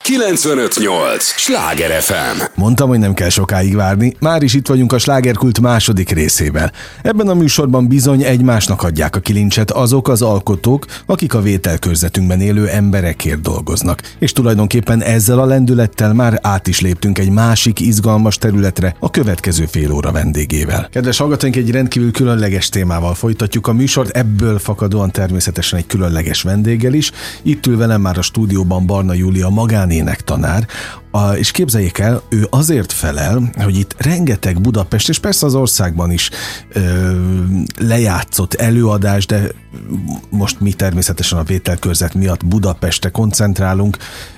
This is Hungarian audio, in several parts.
95.8 Sláger FM. Mondtam, hogy nem kell sokáig várni, már is itt vagyunk a Slágerkult második részével. Ebben a műsorban bizony egymásnak adják a kilincset azok az alkotók, akik a vételkörzetünkben élő emberekért dolgoznak. És tulajdonképpen ezzel a lendülettel már át is léptünk egy másik izgalmas területre a következő fél óra vendégével. Kedves hallgatóink, egy rendkívül különleges témával folytatjuk a műsort, ebből fakadóan természetesen egy különleges vendéggel is. Itt ül velem már a stúdióban Barna Júlia magánénektanár, és képzeljék el, ő azért felel, hogy itt rengeteg Budapest, és persze az országban is lejátszott előadás, de most mi természetesen a vételkörzet miatt Budapestre koncentrálunk,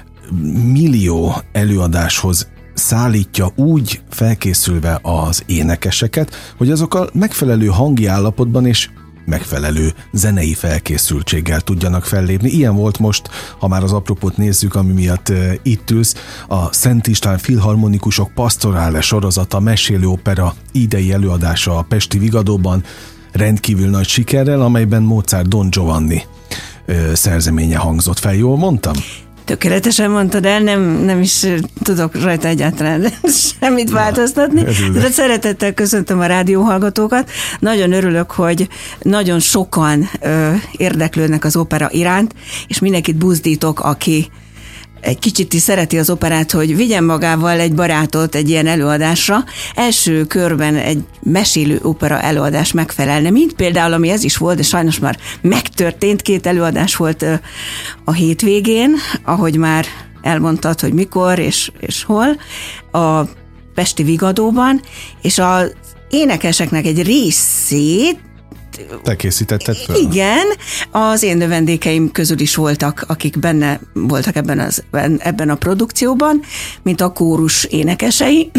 millió előadáshoz szállítja úgy felkészülve az énekeseket, hogy azok a megfelelő hangi állapotban és megfelelő zenei felkészültséggel tudjanak fellépni. Ilyen volt most, ha már az apropót nézzük, ami miatt itt ülsz, a Szent István Filharmonikusok Pastorále sorozata, mesélő opera idei előadása a pesti Vigadóban rendkívül nagy sikerrel, amelyben Mozart Don Giovanni szerzeménye hangzott fel. Jól mondtam? Tökéletesen mondtad el, nem is tudok rajta egyáltalán semmit változtatni. De szeretettel köszöntöm a rádióhallgatókat. Nagyon örülök, hogy nagyon sokan érdeklődnek az opera iránt, és mindenkit buzdítok, aki egy kicsit is szereti az operát, hogy vigyen magával egy barátot egy ilyen előadásra. Első körben egy mesélő opera előadás megfelelne, mint például, ami ez is volt, de sajnos már megtörtént, 2 előadás volt a hétvégén, ahogy már elmondtad, hogy mikor és hol, a pesti Vigadóban, és az énekeseknek egy részét te készítetted fel? Igen, az én növendékeim közül is voltak, akik benne voltak ebben a produkcióban, mint a kórus énekesei,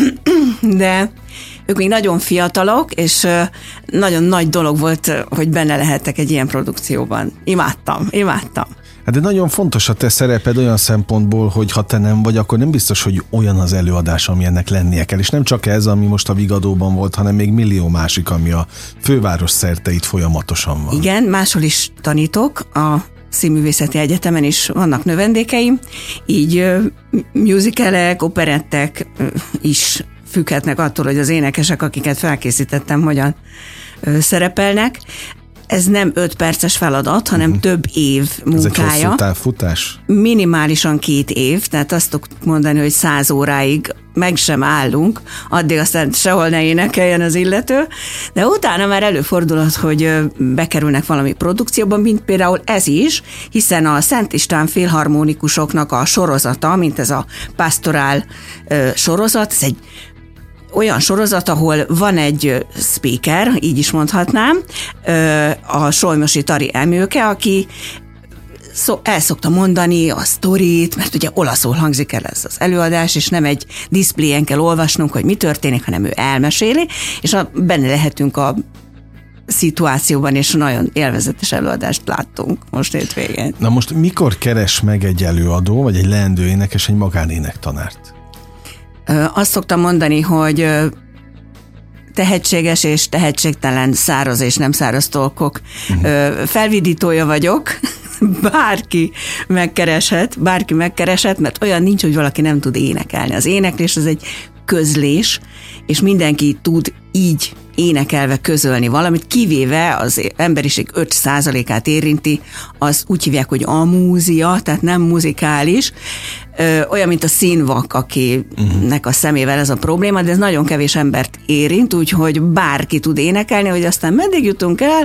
de ők még nagyon fiatalok, és nagyon nagy dolog volt, hogy benne lehettek egy ilyen produkcióban. Imádtam. Hát de nagyon fontos a te szereped olyan szempontból, hogy ha te nem vagy, akkor nem biztos, hogy olyan az előadás, ami ennek lennie kell. És nem csak ez, ami most a Vigadóban volt, hanem még millió másik, ami a főváros szerte itt folyamatosan van. Igen, máshol is tanítok, a Színművészeti Egyetemen is vannak növendékeim, így musicalek, operettek is függhetnek attól, hogy az énekesek, akiket felkészítettem, hogyan szerepelnek. Ez nem 5 perces feladat, hanem több év munkája. Ez egy hosszú távfutás? Minimálisan 2 év, tehát azt tudok mondani, hogy 100 óráig meg sem állunk, addig aztán sehol ne énekeljen az illető, de utána már előfordulhat, hogy bekerülnek valami produkcióban, mint például ez is, hiszen a Szent István Filharmonikusoknak a sorozata, mint ez a Pastorál sorozat, ez egy olyan sorozat, ahol van egy speaker, így is mondhatnám, a Solymosi Tari Emőke, aki el szokta mondani a sztorit, mert ugye olaszul hangzik el ez az előadás, és nem egy diszpléjen kell olvasnunk, hogy mi történik, hanem ő elmeséli, és benne lehetünk a szituációban, és nagyon élvezetes előadást láttunk most hétvégén. Na most mikor keres meg egy előadó, vagy egy leendő énekes egy magánénektanárt? Azt szoktam mondani, hogy tehetséges és tehetségtelen, száraz és nem száraz tolkok felvidítója vagyok, bárki megkereshet, mert olyan nincs, hogy valaki nem tud énekelni. Az éneklés az egy közlés, és mindenki tud így énekelve közölni valamit, kivéve az emberiség 5%-át érinti, az úgy hívják, hogy amúzia, tehát nem muzikális, olyan, mint a színvak, akinek a szemével ez a probléma, de ez nagyon kevés embert érint, úgyhogy bárki tud énekelni, hogy aztán meddig jutunk el,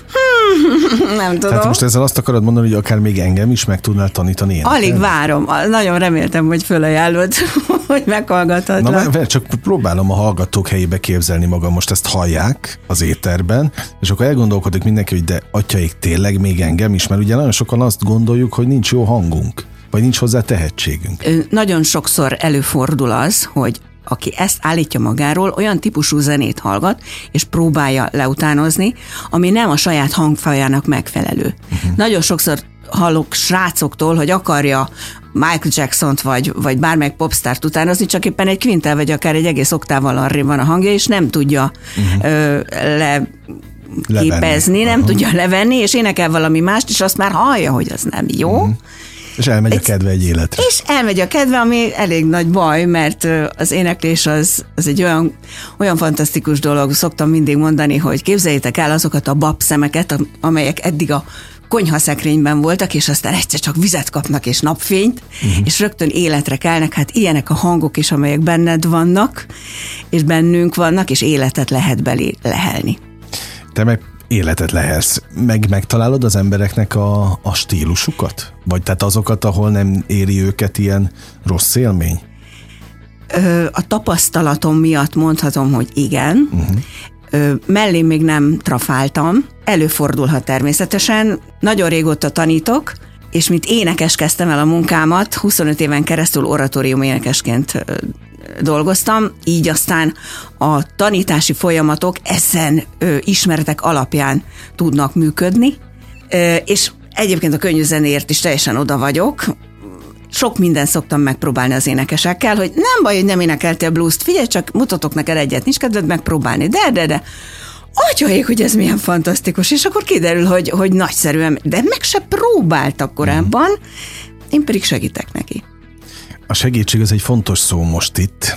nem tudom. Tehát most ezzel azt akarod mondani, hogy akár még engem is meg tudnál tanítani énekelni? Alig várom, nagyon reméltem, hogy fölajánlod, hogy meghallgathatlak. Na, csak próbálom a hallgatók helyébe képzelni magam, most ezt hallják az éterben, és akkor elgondolkodik mindenki, hogy de atyaik, tényleg még engem is, mert ugye nagyon sokan azt gondoljuk, hogy nincs jó hangunk, vagy nincs hozzá tehetségünk. Nagyon sokszor előfordul az, hogy aki ezt állítja magáról, olyan típusú zenét hallgat, és próbálja leutánozni, ami nem a saját hangfajának megfelelő. Nagyon sokszor hallok srácoktól, hogy akarja Michael Jacksont vagy bármelyik popstárt utánozni, csak éppen egy kvintel vagy akár egy egész oktával arrébb van a hangja, és nem tudja képezni, nem tudja levenni, és énekel valami mást, és azt már hallja, hogy az nem jó. És elmegy a kedve egy életre. És elmegy a kedve, ami elég nagy baj, mert az éneklés az egy olyan fantasztikus dolog. Szoktam mindig mondani, hogy képzeljétek el azokat a babszemeket, amelyek eddig a konyhaszekrényben voltak, és aztán egyszer csak vizet kapnak és napfényt, és rögtön életre kelnek. Hát ilyenek a hangok is, amelyek benned vannak, és bennünk vannak, és életet lehet belé lehelni. Te meg életet lehelsz. Megtalálod az embereknek a stílusukat? Vagy tehát azokat, ahol nem éri őket ilyen rossz élmény? A tapasztalatom miatt mondhatom, hogy igen. Mellé még nem trafáltam. Előfordulhat természetesen. Nagyon régóta tanítok, és mint énekes kezdtem el a munkámat, 25 éven keresztül oratórium énekesként dolgoztam, így aztán a tanítási folyamatok ezen ismeretek alapján tudnak működni, és egyébként a könnyű zenéért is teljesen oda vagyok. Sok mindent szoktam megpróbálni az énekesekkel, hogy nem baj, hogy nem énekeltél blues-t, figyelj csak, mutatok neked egyet, nincs kedved megpróbálni, de. Atyaék, hogy ez milyen fantasztikus, és akkor kiderül, hogy nagyszerűen, de meg se próbáltak korábban, én pedig segítek neki. A segítség az egy fontos szó most itt,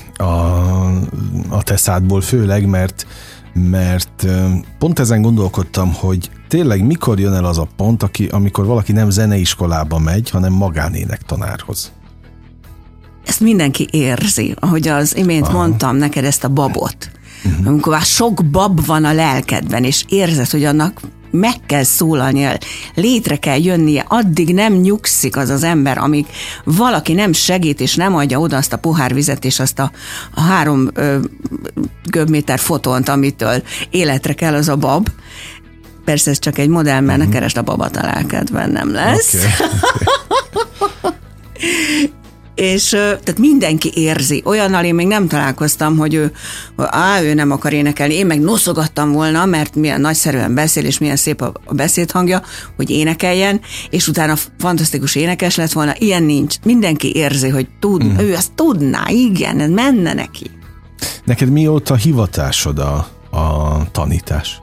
a te szádból főleg, mert pont ezen gondolkodtam, hogy tényleg mikor jön el az a pont, amikor valaki nem zeneiskolába megy, hanem magánénektanárhoz. Ezt mindenki érzi, ahogy az imént mondtam neked ezt a babot. Amikor már sok bab van a lelkedben, és érzed, hogy annak meg kell szólalnia, létre kell jönnie, addig nem nyugszik az ember, amíg valaki nem segít, és nem adja oda azt a pohár vizet, és azt a 3 köbméter fotont, amitől életre kell az a bab. Persze ez csak egy modell, mert ne keresd a babat a lelkedben, nem lesz. Okay. És tehát mindenki érzi. Olyannal én még nem találkoztam, hogy ő nem akar énekelni. Én meg noszogattam volna, mert milyen nagyszerűen beszél, és milyen szép a beszédhangja, hogy énekeljen, és utána fantasztikus énekes lett volna. Ilyen nincs. Mindenki érzi, hogy ő azt tudná, igen, ez menne neki. Neked mióta hivatásod a tanítás?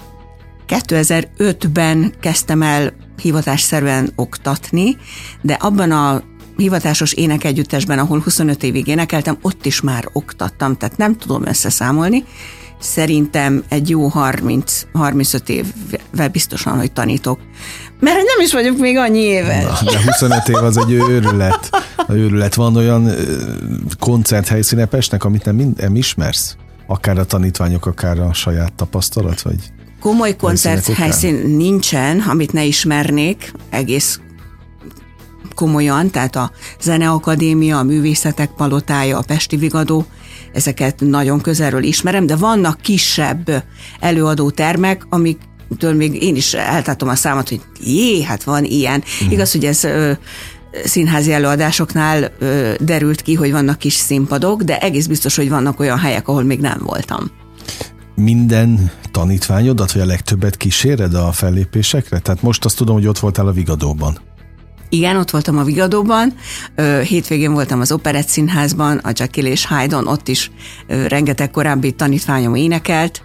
2005-ben kezdtem el hivatásszerűen oktatni, de abban a hivatásos énekegyüttesben, ahol 25 évig énekeltem, ott is már oktattam, tehát nem tudom összeszámolni. Szerintem egy jó 30-35 évvel biztosan, hogy tanítok. Mert nem is vagyok még annyi éves. De 25 év az egy őrület. Van olyan koncerthelyszíne Pestnek, amit nem ismersz? Akár a tanítványok, akár a saját tapasztalat? Vagy komoly koncerthelyszín nincsen, amit ne ismernék, egész komolyan, tehát a Zeneakadémia, a Művészetek Palotája, a Pesti Vigadó, ezeket nagyon közelről ismerem, de vannak kisebb előadótermek, amiktől még én is eltartom a számat, hogy hát van ilyen. Igaz, hogy ez színházi előadásoknál derült ki, hogy vannak kis színpadok, de egész biztos, hogy vannak olyan helyek, ahol még nem voltam. Minden tanítványodat, vagy a legtöbbet kíséred a fellépésekre? Tehát most azt tudom, hogy ott voltál a Vigadóban. Igen, ott voltam a Vigadóban, hétvégén voltam az Operett Színházban, a Jekyll és Hyde-on, ott is rengeteg korábbi tanítványom énekelt.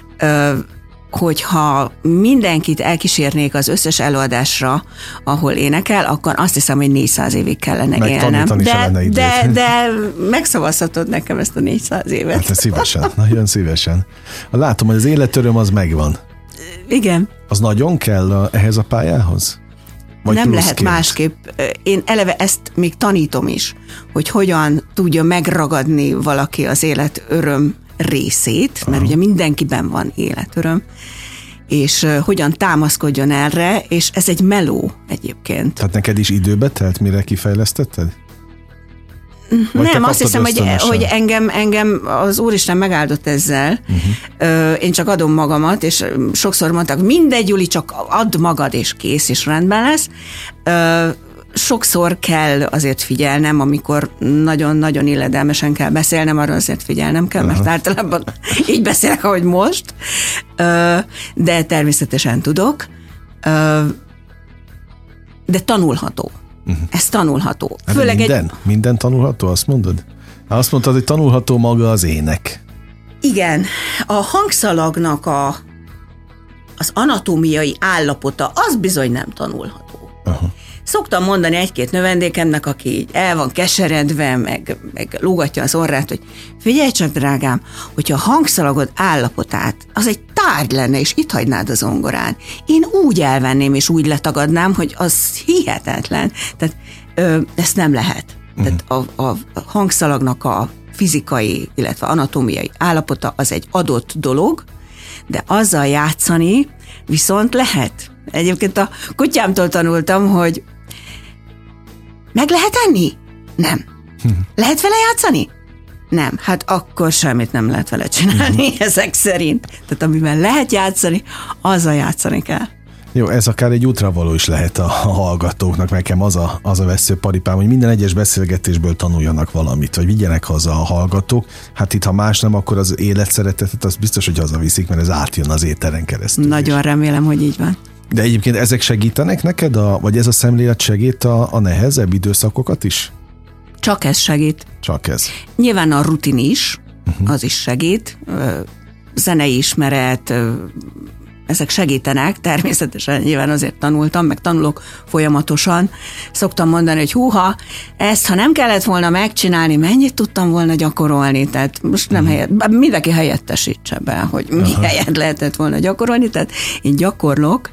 Hogyha mindenkit elkísérnék az összes előadásra, ahol énekel, akkor azt hiszem, hogy 400 évig kellene élnem. De megszavazhatod nekem ezt a 400 évet. Hát szívesen, nagyon szívesen. Látom, hogy az életöröm az megvan. Igen. Az nagyon kell ehhez a pályához? Vagy nem pluszként? Lehet másképp. Én eleve ezt még tanítom is, hogy hogyan tudja megragadni valaki az életöröm részét, mert ugye mindenkiben van életöröm, és hogyan támaszkodjon erre, és ez egy meló egyébként. Tehát neked is időbe telt, mire kifejlesztetted? Vagy nem, azt hiszem, hogy engem az Úristen megáldott ezzel. Én csak adom magamat, és sokszor mondták, mindegy, Juli, csak add magad, és kész, és rendben lesz. Sokszor kell azért figyelnem, amikor nagyon-nagyon illedelmesen kell beszélnem, arra azért figyelnem kell, mert általában így beszélek, ahogy most. De természetesen tudok. De tanulható. Ez tanulható. Főleg minden tanulható, azt mondod? Azt mondtad, hogy tanulható maga az ének. Igen. A hangszalagnak az anatómiai állapota, az bizony nem tanulható. szoktam mondani egy-két növendékemnek, aki így el van keseredve, meg lógatja az orrát, hogy figyelj csak, drágám, hogyha a hangszalagod állapotát, az egy tárgy lenne, és itt hagynád a zongorán. Én úgy elvenném, és úgy letagadnám, hogy az hihetetlen. Tehát ezt nem lehet. Tehát a hangszalagnak a fizikai, illetve anatómiai állapota az egy adott dolog, de azzal játszani viszont lehet. Egyébként a kutyámtól tanultam, hogy meg lehet enni? Nem. Lehet vele játszani? Nem. Hát akkor semmit nem lehet vele csinálni ezek szerint. Tehát amivel lehet játszani, azzal játszani kell. Jó, ez akár egy útravaló is lehet a hallgatóknak, nekem az a veszőparipám, hogy minden egyes beszélgetésből tanuljanak valamit, hogy vigyenek haza a hallgatók. Hát itt, ha más nem, akkor az életszeretetet, az biztos, hogy hazaviszik, mert ez átjön az éteren keresztül. Nagyon remélem, hogy így van. De egyébként ezek segítenek neked, vagy ez a szemlélet segít a nehezebb időszakokat is? Csak ez segít. Csak ez. Nyilván a rutin is, az is segít, zenei ismeret, ezek segítenek, természetesen nyilván azért tanultam, meg tanulok folyamatosan. Szoktam mondani, hogy húha, ezt ha nem kellett volna megcsinálni, mennyit tudtam volna gyakorolni, tehát most nem mindenki helyettesítse be, hogy mi helyet lehetett volna gyakorolni, tehát én gyakorlok,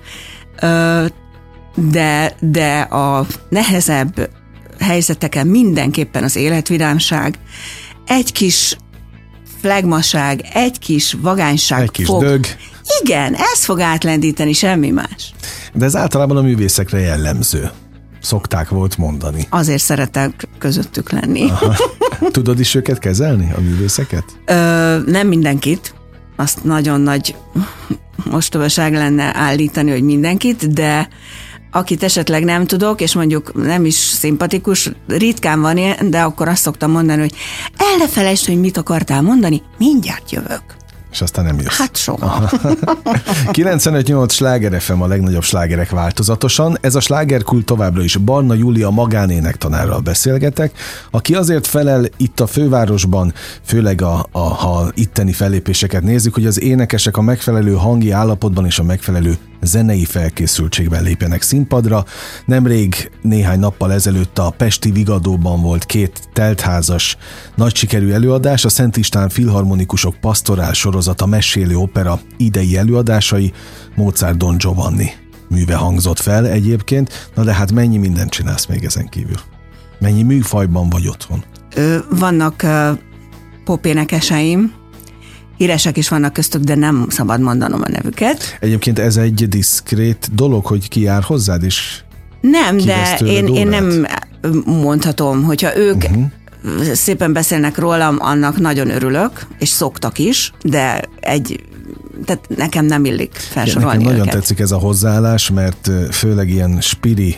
de a nehezebb helyzeteken mindenképpen az életvidámság, egy kis flegmaság, egy kis vagányság egy kis dög. Igen, ez fog átlendíteni, semmi más. De ez általában a művészekre jellemző. Szokták volt mondani. Azért szeretek közöttük lenni. Aha. Tudod is őket kezelni, a művészeket? Nem mindenkit. Azt nagyon nagy ostobaság lenne állítani, hogy mindenkit, de akit esetleg nem tudok, és mondjuk nem is szimpatikus, ritkán van ilyen, de akkor azt szoktam mondani, hogy el ne felejtsd, hogy mit akartál mondani, mindjárt jövök. És aztán nem jössz. Hát soha. 95.8 Sláger FM, a legnagyobb slágerek változatosan. Ez a slágerkult továbbra is. Barna Júlia magánénektanárral beszélgetek, aki azért felel itt a fővárosban, főleg ha itteni fellépéseket nézzük, hogy az énekesek a megfelelő hangi állapotban és a megfelelő zenei felkészültségben lépjenek színpadra. Nemrég, néhány nappal ezelőtt a pesti Vigadóban volt 2 teltházas nagy sikerű előadás, a Szent István Filharmonikusok Pastorál sorozata mesélő opera idei előadásai, Mozart Don Giovanni műve hangzott fel egyébként. Na de hát mennyi mindent csinálsz még ezen kívül? Mennyi műfajban vagy otthon? Vannak popénekeseim, híresek is vannak köztük, de nem szabad mondanom a nevüket. Egyébként ez egy diszkrét dolog, hogy ki jár hozzád is? Nem, de én nem mondhatom, hogyha ők szépen beszélnek rólam, annak nagyon örülök, és szoktak is, de tehát nekem nem illik felsorolni nekem nagyon őket. tetszik ez a hozzáállás, mert főleg ilyen spiri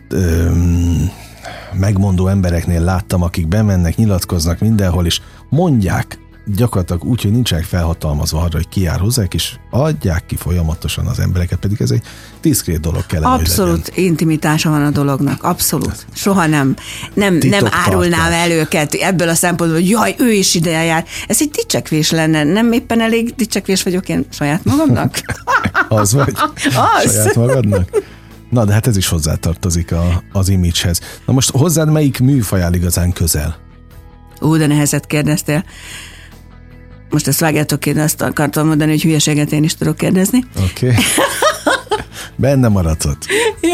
megmondó embereknél láttam, akik bemennek, nyilatkoznak mindenhol, és mondják gyakorlatilag úgy, hogy nincsenek felhatalmazva arra, hogy ki jár hozzák, és adják ki folyamatosan az embereket, pedig ez egy diszkrét dolog kellene, abszolút intimitása van a dolognak, abszolút. Soha nem árulnám el őket ebből a szempontból, hogy jaj, ő is ide jár. Ez egy dicsekvés lenne. Nem éppen elég dicsekvés vagyok én saját magamnak? Az vagy? Az. Saját magadnak? Na, de hát ez is hozzátartozik az image-hez. Na most hozzád melyik műfaj áll igazán közel? De nehezet kérdeztél. Most ezt vágjátok ki, de azt akartam mondani, hogy hülyeséget én is tudok kérdezni. Oké. Benne maradott. Jó.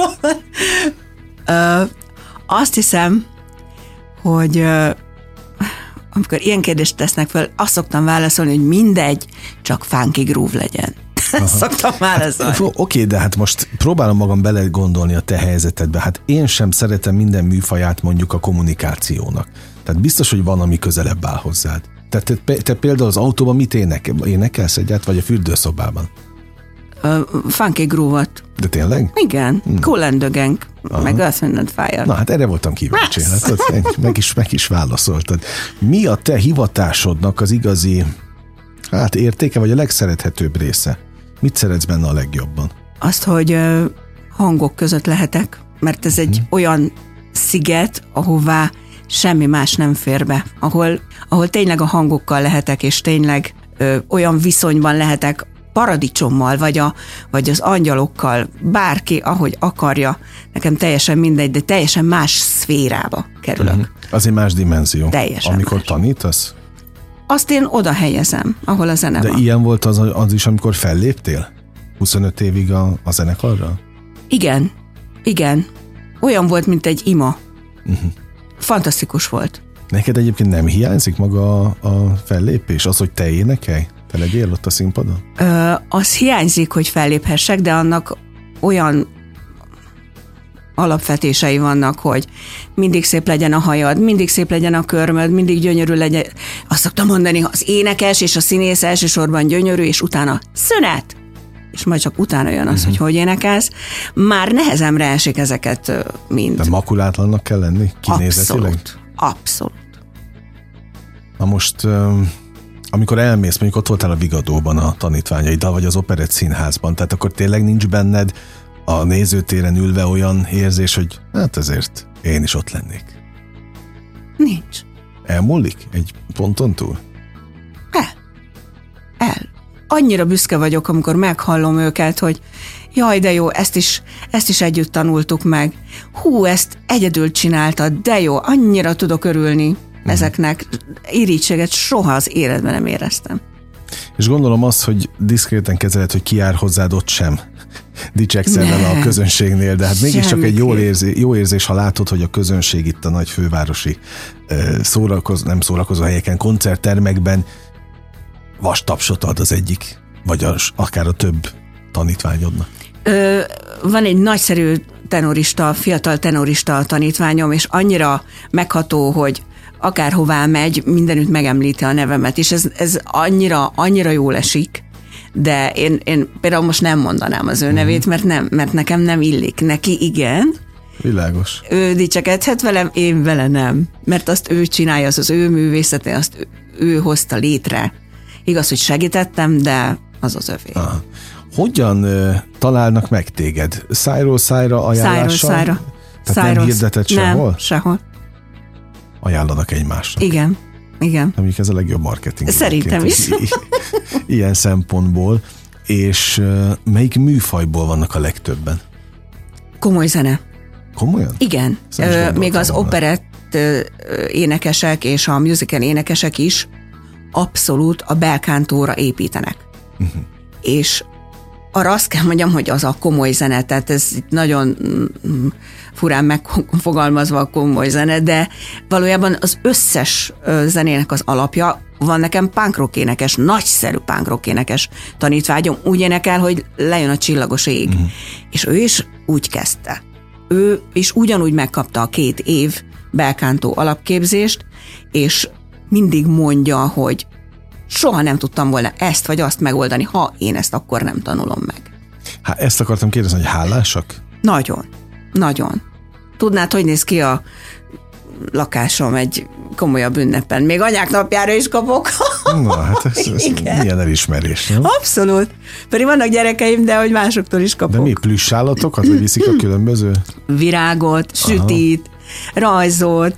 Azt hiszem, hogy amikor ilyen kérdést tesznek fel, azt szoktam válaszolni, hogy mindegy, csak funky groove legyen. Szoktam válaszolni. Hát, oké, de hát most próbálom magam belegondolni a te helyzetedbe. Hát én sem szeretem minden műfaját mondjuk a kommunikációnak. Tehát biztos, hogy van, ami közelebb áll hozzád. Tehát te például az autóban mit énekelsz egyáltalán, vagy a fürdőszobában? Funky groove-ot. De tényleg? Igen, Cool and the Gang, meg Earth, Wind and Fire. Na hát erre voltam kíváncsi, meg is válaszoltad. Mi a te hivatásodnak az igazi értéke, vagy a legszerethetőbb része? Mit szeretsz benne a legjobban? Azt, hogy hangok között lehetek, mert ez egy olyan sziget, ahová semmi más nem fér be, ahol tényleg a hangokkal lehetek, és tényleg olyan viszonyban lehetek paradicsommal, vagy az angyalokkal, bárki, ahogy akarja, nekem teljesen mindegy, de teljesen más szférába kerülök. Az egy más dimenzió. Teljesen amikor más. tanítasz? Azt én oda helyezem, ahol a zene De van. ilyen volt az is, amikor felléptél? 25 évig a zenekarral? Igen. Olyan volt, mint egy ima. Fantasztikus volt. Neked egyébként nem hiányzik maga a fellépés? Az, hogy te énekelj? Te legyél ott a színpadon? Az hiányzik, hogy felléphessek, de annak olyan alapvetései vannak, hogy mindig szép legyen a hajad, mindig szép legyen a körmöd, mindig gyönyörű legyen. Azt szoktam mondani, az énekes és a színész elsősorban gyönyörű, és utána szünet! És majd csak utána jön az, hogy énekelsz. Már nehezemre esik ezeket mind. De makulátlannak kell lenni? Kinézetileg? Abszolút. Na most, amikor elmész, mondjuk ott voltál a Vigadóban a tanítványaiddal, vagy az Operett Színházban, tehát akkor tényleg nincs benned a nézőtéren ülve olyan érzés, hogy hát ezért én is ott lennék. Nincs. Elmúlik egy ponton túl? El. Annyira büszke vagyok, amikor meghallom őket, hogy jaj, de jó, ezt is együtt tanultuk meg. Hú, ezt egyedül csináltad, de jó, annyira tudok örülni ezeknek. Irítséget soha az életben nem éreztem. És gondolom azt, hogy diszkréten kezeled, hogy ki jár hozzád, ott sem dicsekszel vele a közönségnél, de hát mégiscsak egy jó érzés, ha látod, hogy a közönség itt a nagy fővárosi nem szórakozó helyeken, koncerttermekben vastapsot ad az egyik, vagy akár a több tanítványodnak. Van egy nagyszerű tenorista, fiatal tenorista tanítványom, és annyira megható, hogy akárhová megy, mindenütt megemlíti a nevemet, és ez annyira jól esik, de én például most nem mondanám az ő nevét, mert nekem nem illik. Neki igen. Világos. Ő dicsekedhet velem, én vele nem. Mert azt ő csinálja, az ő művészete, azt ő hozta létre. Igaz, hogy segítettem, de az az övé. Aha. Hogyan találnak meg téged? Szájról szájra ajánlással? Szájról. Tehát nem hirdetett sehol? Nem, sehol. Ajánlanak egymásnak. Igen. Mondjuk ez a legjobb marketing. Szerintem is. Ilyen szempontból. És melyik műfajból vannak a legtöbben? Komoly zene. Komolyan? Igen. Még az operett énekesek és a musical énekesek is abszolút a belkántóra építenek. És arra azt kell mondjam, hogy az a komoly zene, tehát ez nagyon furán megfogalmazva a komoly zene, de valójában az összes zenének az alapja. Van nekem punk rock énekes, nagyszerű punk rock énekes tanítványom, úgy énekel, hogy lejön a csillagos ég. És ő is úgy kezdte. Ő is ugyanúgy megkapta a 2 év belkántó alapképzést, és mindig mondja, hogy soha nem tudtam volna ezt vagy azt megoldani, ha én ezt akkor nem tanulom meg. Ezt akartam kérdezni, hogy hálásak? Nagyon. Tudnád, hogy néz ki a lakásom egy komolyabb ünnepen? Még anyák napjára is kapok. Na, hát ez milyen elismerés, nem? Abszolút. Pedig vannak gyerekeim, de hogy másoktól is kapok. De mi, plüss állatokat, vagy viszik a különböző? Virágot, sütit, rajzot,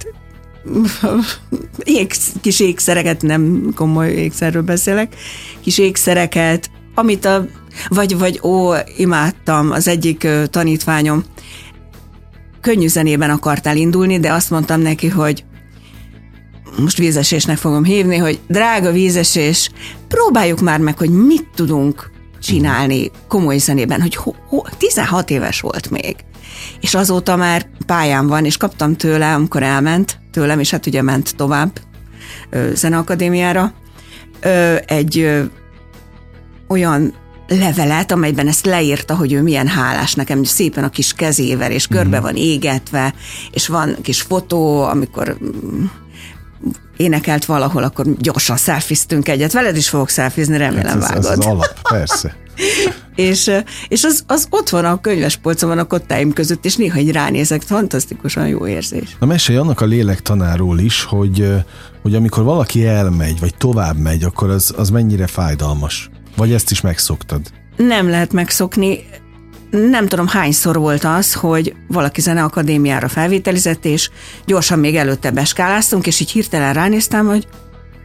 kis ékszereket, nem komoly ékszerről beszélek, kis ékszereket, amit imádtam, az egyik tanítványom könnyű zenében akartál indulni, de azt mondtam neki, hogy most vízesésnek fogom hívni, hogy drága vízesés, próbáljuk már meg, hogy mit tudunk csinálni komoly zenében, hogy 16 éves volt még. És azóta már pályán van, és kaptam tőle, amikor elment tőlem, és hát ugye ment tovább zeneakadémiára, egy olyan levelet, amelyben ezt leírta, hogy ő milyen hálás nekem, szépen a kis kezével, és körbe van égetve, és van kis fotó, amikor énekelt valahol, akkor gyorsan szelfiztünk egyet. Veled is fogok szelfizni, remélem vágod. Ez az alap, persze. és az ott van a könyvespolcon, a kottáim között, és néha így ránézek, fantasztikusan jó érzés. Na mesélj annak a lélektanáról is, hogy amikor valaki elmegy, vagy tovább megy, akkor az mennyire fájdalmas? Vagy ezt is megszoktad? Nem lehet megszokni. Nem tudom, hányszor volt az, hogy valaki zeneakadémiára felvételizett, és gyorsan még előtte beskáláztunk, és így hirtelen ránéztem, hogy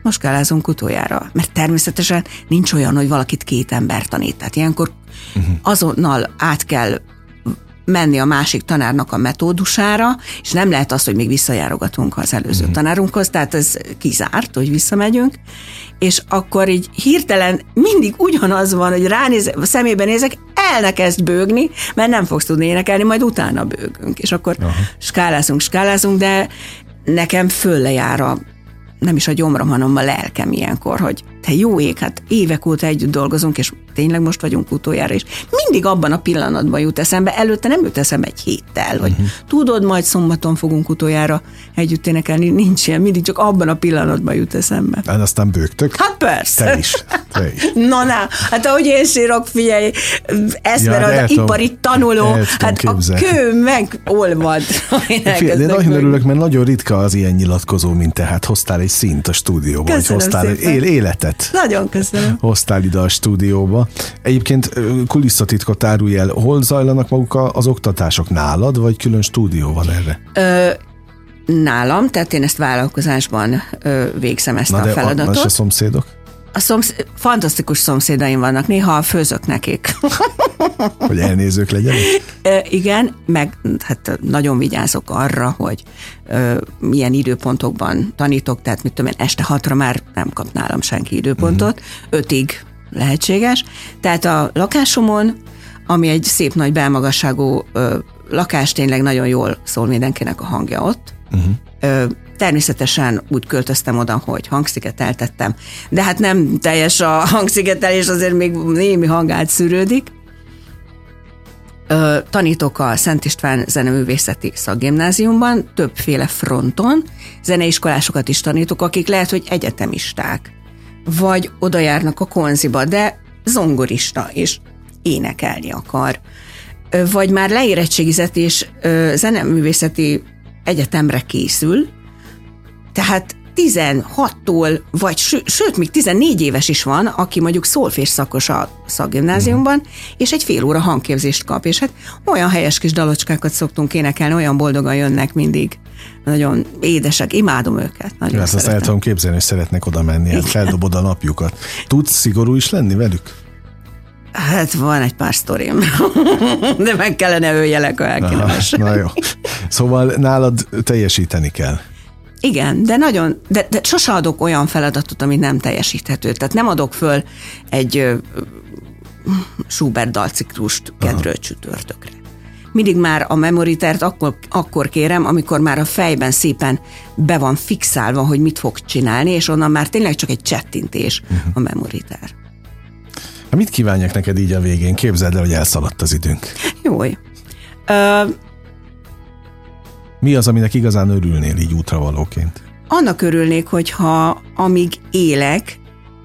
most skálázunk utoljára. Mert természetesen nincs olyan, hogy valakit 2 ember tanít. Tehát ilyenkor azonnal át kell menni a másik tanárnak a metódusára, és nem lehet az, hogy még visszajárogatunk az előző tanárunkhoz, tehát ez kizárt, hogy visszamegyünk, és akkor így hirtelen mindig ugyanaz van, hogy ránézek, a szemébe nézek, elkezd bőgni, mert nem fogsz tudni énekelni, majd utána bőgünk, és akkor skálázunk, de nekem föllejár nem is a gyomrom, hanem a lelkem ilyenkor, hogy te jó ég, hát évek óta együtt dolgozunk, és tényleg most vagyunk utoljára, és mindig abban a pillanatban jut eszembe, előtte nem jut eszembe egy héttel, hogy tudod, majd szombaton fogunk utoljára együtt énekelni, nincs ilyen, mindig csak abban a pillanatban jut eszembe. Hát aztán bőgtök? Hát persze. Te is. Na, hát ahogy én sírok, figyelj, Eszmeralda ipari tanuló, hát a kő megolvad. De nagyon örülök, mert nagyon ritka az ilyen nyilatkozó, mint te, hát hoztál egy színt a stúdióba, vagy hoztál egy életet. Nagyon köszönöm. Hoztál ide a stúdióba. Egyébként kulisszatitkot árulj el, hol zajlanak maguk az oktatások, nálad, vagy külön stúdió van erre? Nálam, tehát én ezt vállalkozásban végzem ezt a feladatot. Na de a szomszédok? Fantasztikus szomszédaim vannak, néha főzök nekik. Hogy elnézők legyenek? Igen, meg hát nagyon vigyázok arra, hogy milyen időpontokban tanítok, tehát mit tudom én, este 6-ra már nem kap nálam senki időpontot, 5-ig lehetséges. Tehát a lakásomon, ami egy szép nagy belmagasságú lakás, tényleg nagyon jól szól mindenkinek a hangja ott. Természetesen úgy költöztem oda, hogy hangszigeteltettem, de hát nem teljes a hangszigetelés, azért még némi hang átszűrődik. Tanítok a Szent István Zeneművészeti Szakgimnáziumban, többféle fronton, zeneiskolásokat is tanítok, akik lehet, hogy egyetemisták, vagy oda járnak a konziba, de zongorista, és énekelni akar. Vagy már leérettségizett, és zeneművészeti egyetemre készül, tehát 16-tól, vagy sőt, még 14 éves is van, aki mondjuk szólfés szakos a szakgimnáziumban, és egy fél óra hangképzést kap, és hát olyan helyes kis dalocskákat szoktunk énekelni, olyan boldogan jönnek mindig. Nagyon édesek, imádom őket. Nagyon ezt azt el tudom képzelni, hogy szeretnek oda menni, hát feldobod a napjukat. Tudsz szigorú is lenni velük? Hát van egy pár sztorim, de meg kellene öljelek, ha elkérdezem. Na jó. Szóval nálad teljesíteni kell. Igen, de sose adok olyan feladatot, ami nem teljesíthető. Tehát nem adok föl egy Schubert dalciklust kedről csütörtökre. Mindig már a memoritert akkor kérem, amikor már a fejben szépen be van fixálva, hogy mit fog csinálni, és onnan már tényleg csak egy csettintés a memoriter. Mit kívánjak neked így a végén? Képzeld el, hogy elszaladt az időnk. Jój. Mi az, aminek igazán örülnél így útravalóként? Annak örülnék, hogyha amíg élek,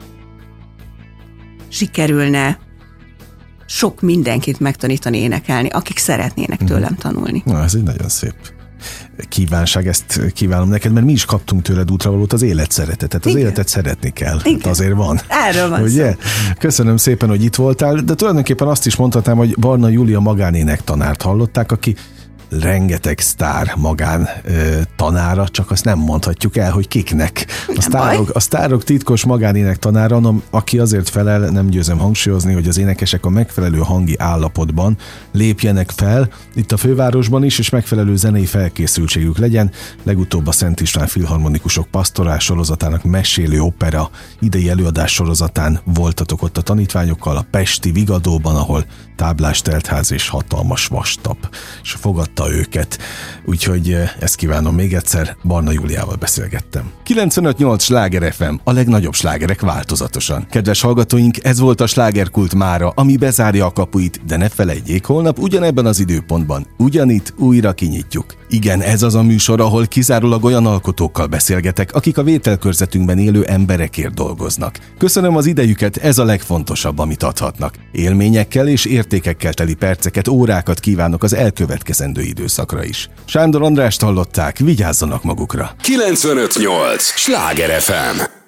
sikerülne sok mindenkit megtanítani énekelni, akik szeretnének tőlem tanulni. Na, ez egy nagyon szép kívánság, ezt kívánom neked, mert mi is kaptunk tőled útravalót, az élet szeretetet. Az életet szeretni kell. Hát azért van. Erről van ugye? Szó. Köszönöm szépen, hogy itt voltál, de tulajdonképpen azt is mondhatnám, hogy Barna Júlia magánének tanárt hallották, aki rengeteg sztár magán tanára, csak azt nem mondhatjuk el, hogy kiknek. A sztárok titkos magánének tanára, aki azért felel, nem győzem hangsúlyozni, hogy az énekesek a megfelelő hangi állapotban lépjenek fel, itt a fővárosban is, és megfelelő zenei felkészültségük legyen. Legutóbb a Szent István Filharmonikusok Pastorál sorozatának mesélő opera idei előadás sorozatán voltatok ott a tanítványokkal, a pesti Vigadóban, ahol táblás teltház és hatalmas vastap, és fogadta őket. Úgyhogy ezt kívánom még egyszer, Barna Júliával beszélgettem. 95.8 Sláger FM, a legnagyobb slágerek változatosan. Kedves hallgatóink, ez volt a Slágerkult mára, ami bezárja a kapuit, de ne felejtjék, holnap ugyanebben az időpontban, ugyanitt újra kinyitjuk. Igen, ez az a műsor, ahol kizárólag olyan alkotókkal beszélgetek, akik a vételkörzetünkben élő emberekért dolgoznak. Köszönöm az idejüket, ez a legfontosabb, amit adhatnak. Élményekkel és értékekkel teli perceket, órákat kívánok az elkövetkezendő időszakra is. Sándor Andrást hallották, vigyázzanak magukra! 95.8 Sláger FM